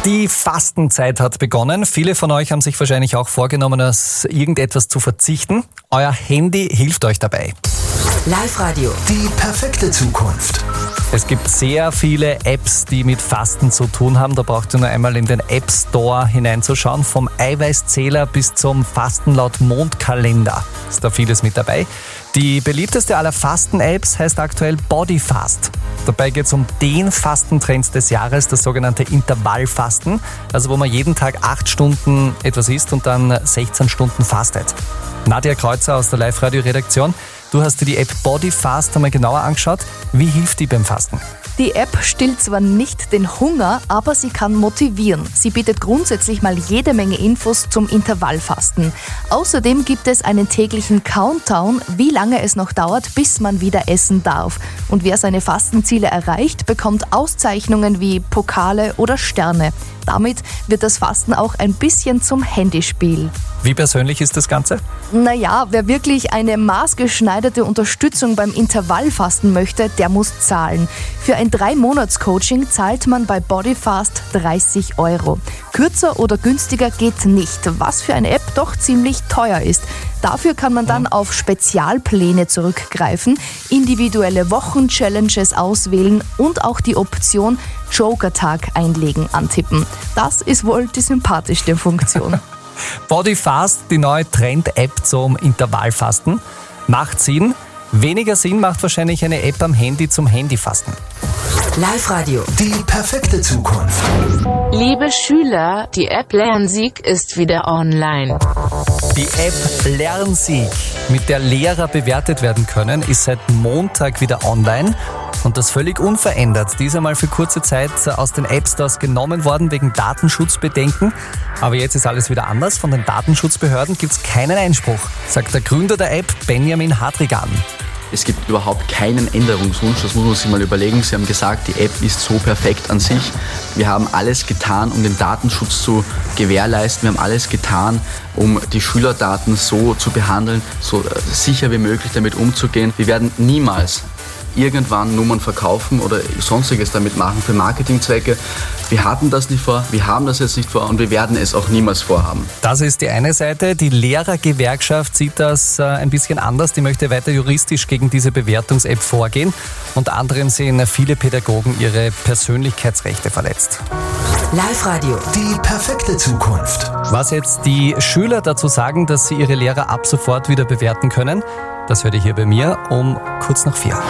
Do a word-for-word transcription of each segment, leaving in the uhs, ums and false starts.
Die Fastenzeit hat begonnen. Viele von euch haben sich wahrscheinlich auch vorgenommen, auf irgendetwas zu verzichten. Euer Handy hilft euch dabei. Live-Radio. Die perfekte Zukunft. Es gibt sehr viele Apps, die mit Fasten zu tun haben. Da braucht ihr nur einmal in den App Store hineinzuschauen. Vom Eiweißzähler bis zum Fasten laut Mondkalender ist da vieles mit dabei. Die beliebteste aller Fasten-Apps heißt aktuell Bodyfast. Dabei geht es um den Fastentrend des Jahres, das sogenannte Intervallfasten. Also wo man jeden Tag acht Stunden etwas isst und dann sechzehn Stunden fastet. Nadja Kreuzer aus der Live-Radio-Redaktion. Du hast dir die App Bodyfast einmal genauer angeschaut. Wie hilft die beim Fasten? Die App stillt zwar nicht den Hunger, aber sie kann motivieren. Sie bietet grundsätzlich mal jede Menge Infos zum Intervallfasten. Außerdem gibt es einen täglichen Countdown, wie lange es noch dauert, bis man wieder essen darf. Und wer seine Fastenziele erreicht, bekommt Auszeichnungen wie Pokale oder Sterne. Damit wird das Fasten auch ein bisschen zum Handyspiel. Wie persönlich ist das Ganze? Naja, wer wirklich eine maßgeschneiderte Unterstützung beim Intervallfasten möchte, der muss zahlen. Für ein drei Monats Coaching zahlt man bei Bodyfast dreißig Euro. Kürzer oder günstiger geht nicht, was für eine App doch ziemlich teuer ist. Dafür kann man dann auf Spezialpläne zurückgreifen, individuelle Wochen-Challenges auswählen und auch die Option Joker-Tag einlegen antippen. Das ist wohl die sympathischste Funktion. Bodyfast, die neue Trend-App zum Intervallfasten. Macht Sinn. Weniger Sinn macht wahrscheinlich eine App am Handy zum Handyfasten. Live-Radio. Die perfekte Zukunft. Liebe Schüler, die App Lernsieg ist wieder online. Die App Lernsieg, mit der Lehrer bewertet werden können, ist seit Montag wieder online. Und das völlig unverändert. Die ist einmal für kurze Zeit aus den App Stores genommen worden wegen Datenschutzbedenken. Aber jetzt ist alles wieder anders. Von den Datenschutzbehörden gibt es keinen Einspruch, sagt der Gründer der App, Benjamin Hadrigan. Es gibt überhaupt keinen Änderungswunsch, das muss man sich mal überlegen. Sie haben gesagt, die App ist so perfekt an sich. Wir haben alles getan, um den Datenschutz zu gewährleisten. Wir haben alles getan, um die Schülerdaten so zu behandeln, so sicher wie möglich damit umzugehen. Wir werden niemals irgendwann Nummern verkaufen oder sonstiges damit machen für Marketingzwecke. Wir hatten das nicht vor, wir haben das jetzt nicht vor und wir werden es auch niemals vorhaben. Das ist die eine Seite. Die Lehrergewerkschaft sieht das äh, ein bisschen anders. Die möchte weiter juristisch gegen diese Bewertungs-App vorgehen. Unter anderem sehen viele Pädagogen ihre Persönlichkeitsrechte verletzt. Live-Radio. Die perfekte Zukunft. Was jetzt die Schüler dazu sagen, dass sie ihre Lehrer ab sofort wieder bewerten können, das hört ihr hier bei mir um kurz nach vier.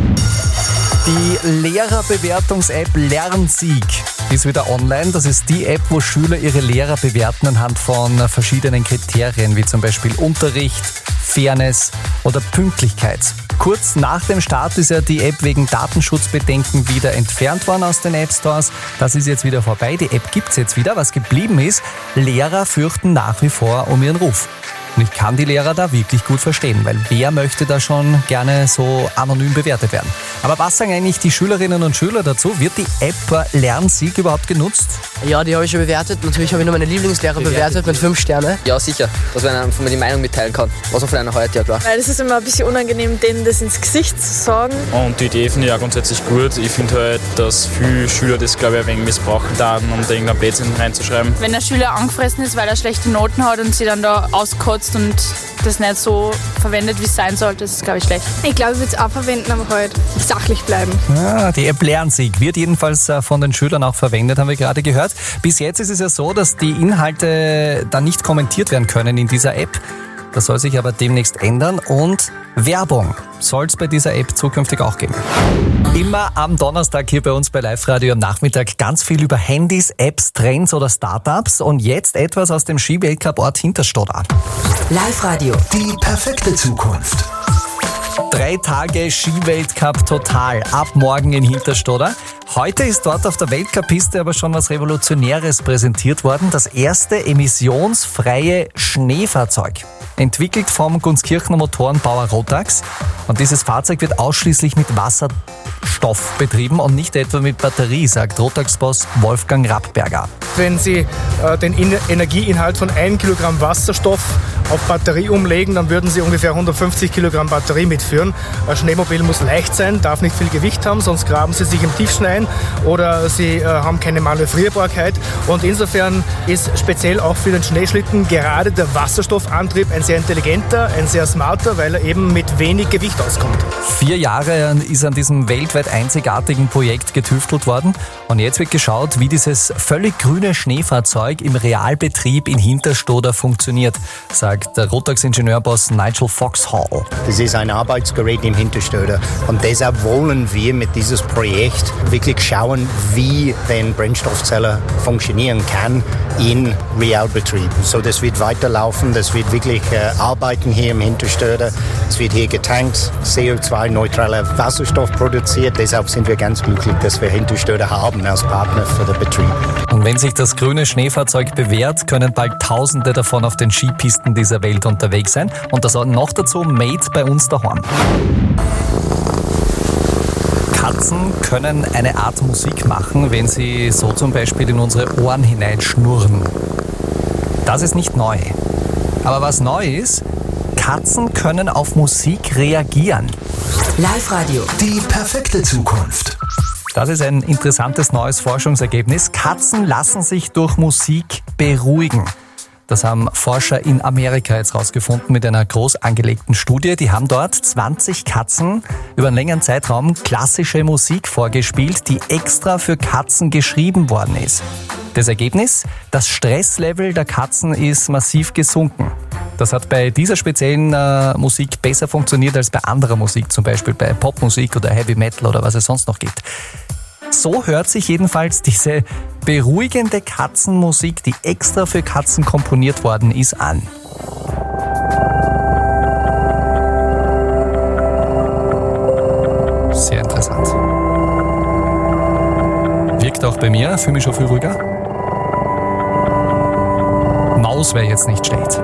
Die Lehrerbewertungs-App Lernsieg ist wieder online. Das ist die App, wo Schüler ihre Lehrer bewerten anhand von verschiedenen Kriterien, wie zum Beispiel Unterricht, Fairness oder Pünktlichkeit. Kurz nach dem Start ist ja die App wegen Datenschutzbedenken wieder entfernt worden aus den App Stores. Das ist jetzt wieder vorbei. Die App gibt's jetzt wieder. Was geblieben ist, Lehrer fürchten nach wie vor um ihren Ruf. Und ich kann die Lehrer da wirklich gut verstehen, weil wer möchte da schon gerne so anonym bewertet werden. Aber was sagen eigentlich die Schülerinnen und Schüler dazu? Wird die App Lernsieg überhaupt genutzt? Ja, die habe ich schon bewertet. Natürlich habe ich nur meine Lieblingslehrer bewertet, bewertet mit fünf Sterne. Ja, sicher, dass man einfach mal die Meinung mitteilen kann. Was auch von einer heute, ja klar. Weil es ist immer ein bisschen unangenehm, denen das ins Gesicht zu sagen. Und die Idee finde ich auch grundsätzlich gut. Ich finde halt, dass viele Schüler das, glaube ich, ein wenig missbrauchen darf, um da irgendeinen Blödsinn reinzuschreiben. Wenn der Schüler angefressen ist, weil er schlechte Noten hat und sie dann da auskotzt und das nicht so verwendet, wie es sein sollte, das ist, glaube ich, schlecht. Ich glaube, ich würde es auch verwenden, aber halt sachlich bleiben. Ja, die App Lernsieg wird jedenfalls von den Schülern auch verwendet, haben wir gerade gehört. Bis jetzt ist es ja so, dass die Inhalte dann nicht kommentiert werden können in dieser App. Das soll sich aber demnächst ändern und Werbung soll es bei dieser App zukünftig auch geben. Immer am Donnerstag hier bei uns bei Live-Radio am Nachmittag ganz viel über Handys, Apps, Trends oder Startups und jetzt etwas aus dem Skiweltcup-Ort Hinterstoder. Live-Radio. Die perfekte Zukunft. Drei Tage Skiweltcup total, ab morgen in Hinterstoder. Heute ist dort auf der Weltcup-Piste aber schon was Revolutionäres präsentiert worden. Das erste emissionsfreie Schneefahrzeug. Entwickelt vom Gunskirchner Motorenbauer Rotax. Und dieses Fahrzeug wird ausschließlich mit Wasserstoff betrieben und nicht etwa mit Batterie, sagt Rotax-Boss Wolfgang Rappberger. Wenn Sie äh, den In- Energieinhalt von einem Kilogramm Wasserstoff auf Batterie umlegen, dann würden Sie ungefähr hundertfünfzig Kilogramm Batterie mitführen. Ein Schneemobil muss leicht sein, darf nicht viel Gewicht haben, sonst graben Sie sich im Tiefschnee ein oder Sie äh, haben keine Manövrierbarkeit. Und insofern ist speziell auch für den Schneeschlitten gerade der Wasserstoffantrieb ein sehr intelligenter, ein sehr smarter, weil er eben mit wenig Gewicht auskommt. Vier Jahre ist an diesem weltweit einzigartigen Projekt getüftelt worden und jetzt wird geschaut, wie dieses völlig grüne Schneefahrzeug im Realbetrieb in Hinterstoder funktioniert, sagt der Rotax-Ingenieurboss Nigel Foxhall. Das ist ein Arbeitsgerät im Hinterstoder und deshalb wollen wir mit diesem Projekt wirklich schauen, wie den Brennstoffzelle funktionieren kann in Realbetrieb. So, das wird weiterlaufen, das wird wirklich äh, arbeiten hier im Hinterstoder. Es wird hier getankt, C O zwei neutraler Wasserstoff produziert. Deshalb sind wir ganz glücklich, dass wir Hinterstoder haben als Partner für den Betrieb. Und wenn sich das grüne Schneefahrzeug bewährt, können bald Tausende davon auf den Skipisten dieser Welt unterwegs sein. Und das noch dazu made bei uns daheim. Katzen können eine Art Musik machen, wenn sie so zum Beispiel in unsere Ohren hineinschnurren. Das ist nicht neu. Aber was neu ist, Katzen können auf Musik reagieren. Live-Radio. Die perfekte Zukunft. Das ist ein interessantes neues Forschungsergebnis. Katzen lassen sich durch Musik beruhigen. Das haben Forscher in Amerika jetzt rausgefunden mit einer groß angelegten Studie. Die haben dort zwanzig Katzen über einen längeren Zeitraum klassische Musik vorgespielt, die extra für Katzen geschrieben worden ist. Das Ergebnis? Das Stresslevel der Katzen ist massiv gesunken. Das hat bei dieser speziellen äh, Musik besser funktioniert als bei anderer Musik, zum Beispiel bei Popmusik oder Heavy Metal oder was es sonst noch gibt. So hört sich jedenfalls diese beruhigende Katzenmusik, die extra für Katzen komponiert worden ist, an. Sehr interessant. Wirkt auch bei mir, fühle mich schon viel ruhiger. Maus wäre jetzt nicht schlecht.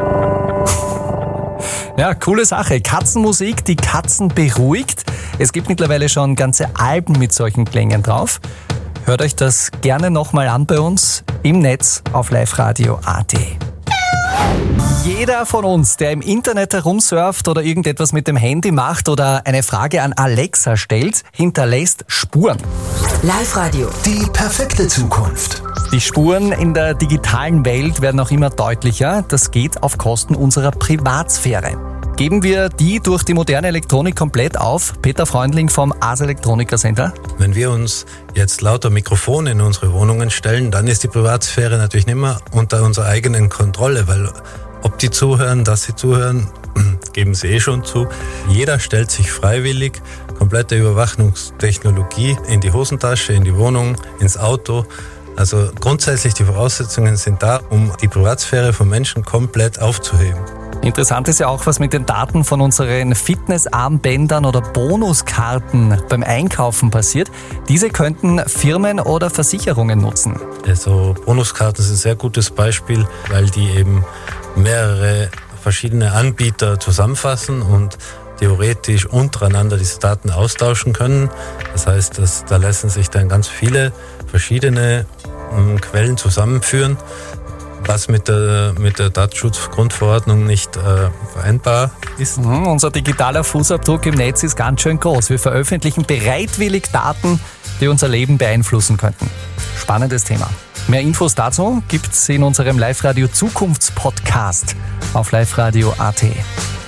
Ja, coole Sache. Katzenmusik, die Katzen beruhigt. Es gibt mittlerweile schon ganze Alben mit solchen Klängen drauf. Hört euch das gerne nochmal an bei uns im Netz auf live radio punkt a t. Jeder von uns, der im Internet herumsurft oder irgendetwas mit dem Handy macht oder eine Frage an Alexa stellt, hinterlässt Spuren. Live-Radio. Die perfekte Zukunft. Die Spuren in der digitalen Welt werden auch immer deutlicher. Das geht auf Kosten unserer Privatsphäre. Geben wir die durch die moderne Elektronik komplett auf? Peter Freundling vom Ars Electronica Center. Wenn wir uns jetzt lauter Mikrofone in unsere Wohnungen stellen, dann ist die Privatsphäre natürlich nicht mehr unter unserer eigenen Kontrolle, weil ob die zuhören, dass sie zuhören, geben sie eh schon zu. Jeder stellt sich freiwillig komplette Überwachungstechnologie in die Hosentasche, in die Wohnung, ins Auto. Also grundsätzlich die Voraussetzungen sind da, um die Privatsphäre von Menschen komplett aufzuheben. Interessant ist ja auch, was mit den Daten von unseren Fitnessarmbändern oder Bonuskarten beim Einkaufen passiert. Diese könnten Firmen oder Versicherungen nutzen. Also Bonuskarten sind ein sehr gutes Beispiel, weil die eben mehrere verschiedene Anbieter zusammenfassen und theoretisch untereinander diese Daten austauschen können. Das heißt, dass, da lassen sich dann ganz viele verschiedene ähm, Quellen zusammenführen, was mit der, mit der Datenschutzgrundverordnung nicht äh, vereinbar ist. Mhm, unser digitaler Fußabdruck im Netz ist ganz schön groß. Wir veröffentlichen bereitwillig Daten, die unser Leben beeinflussen könnten. Spannendes Thema. Mehr Infos dazu gibt's in unserem Live-Radio Zukunftspodcast auf live radio punkt a t.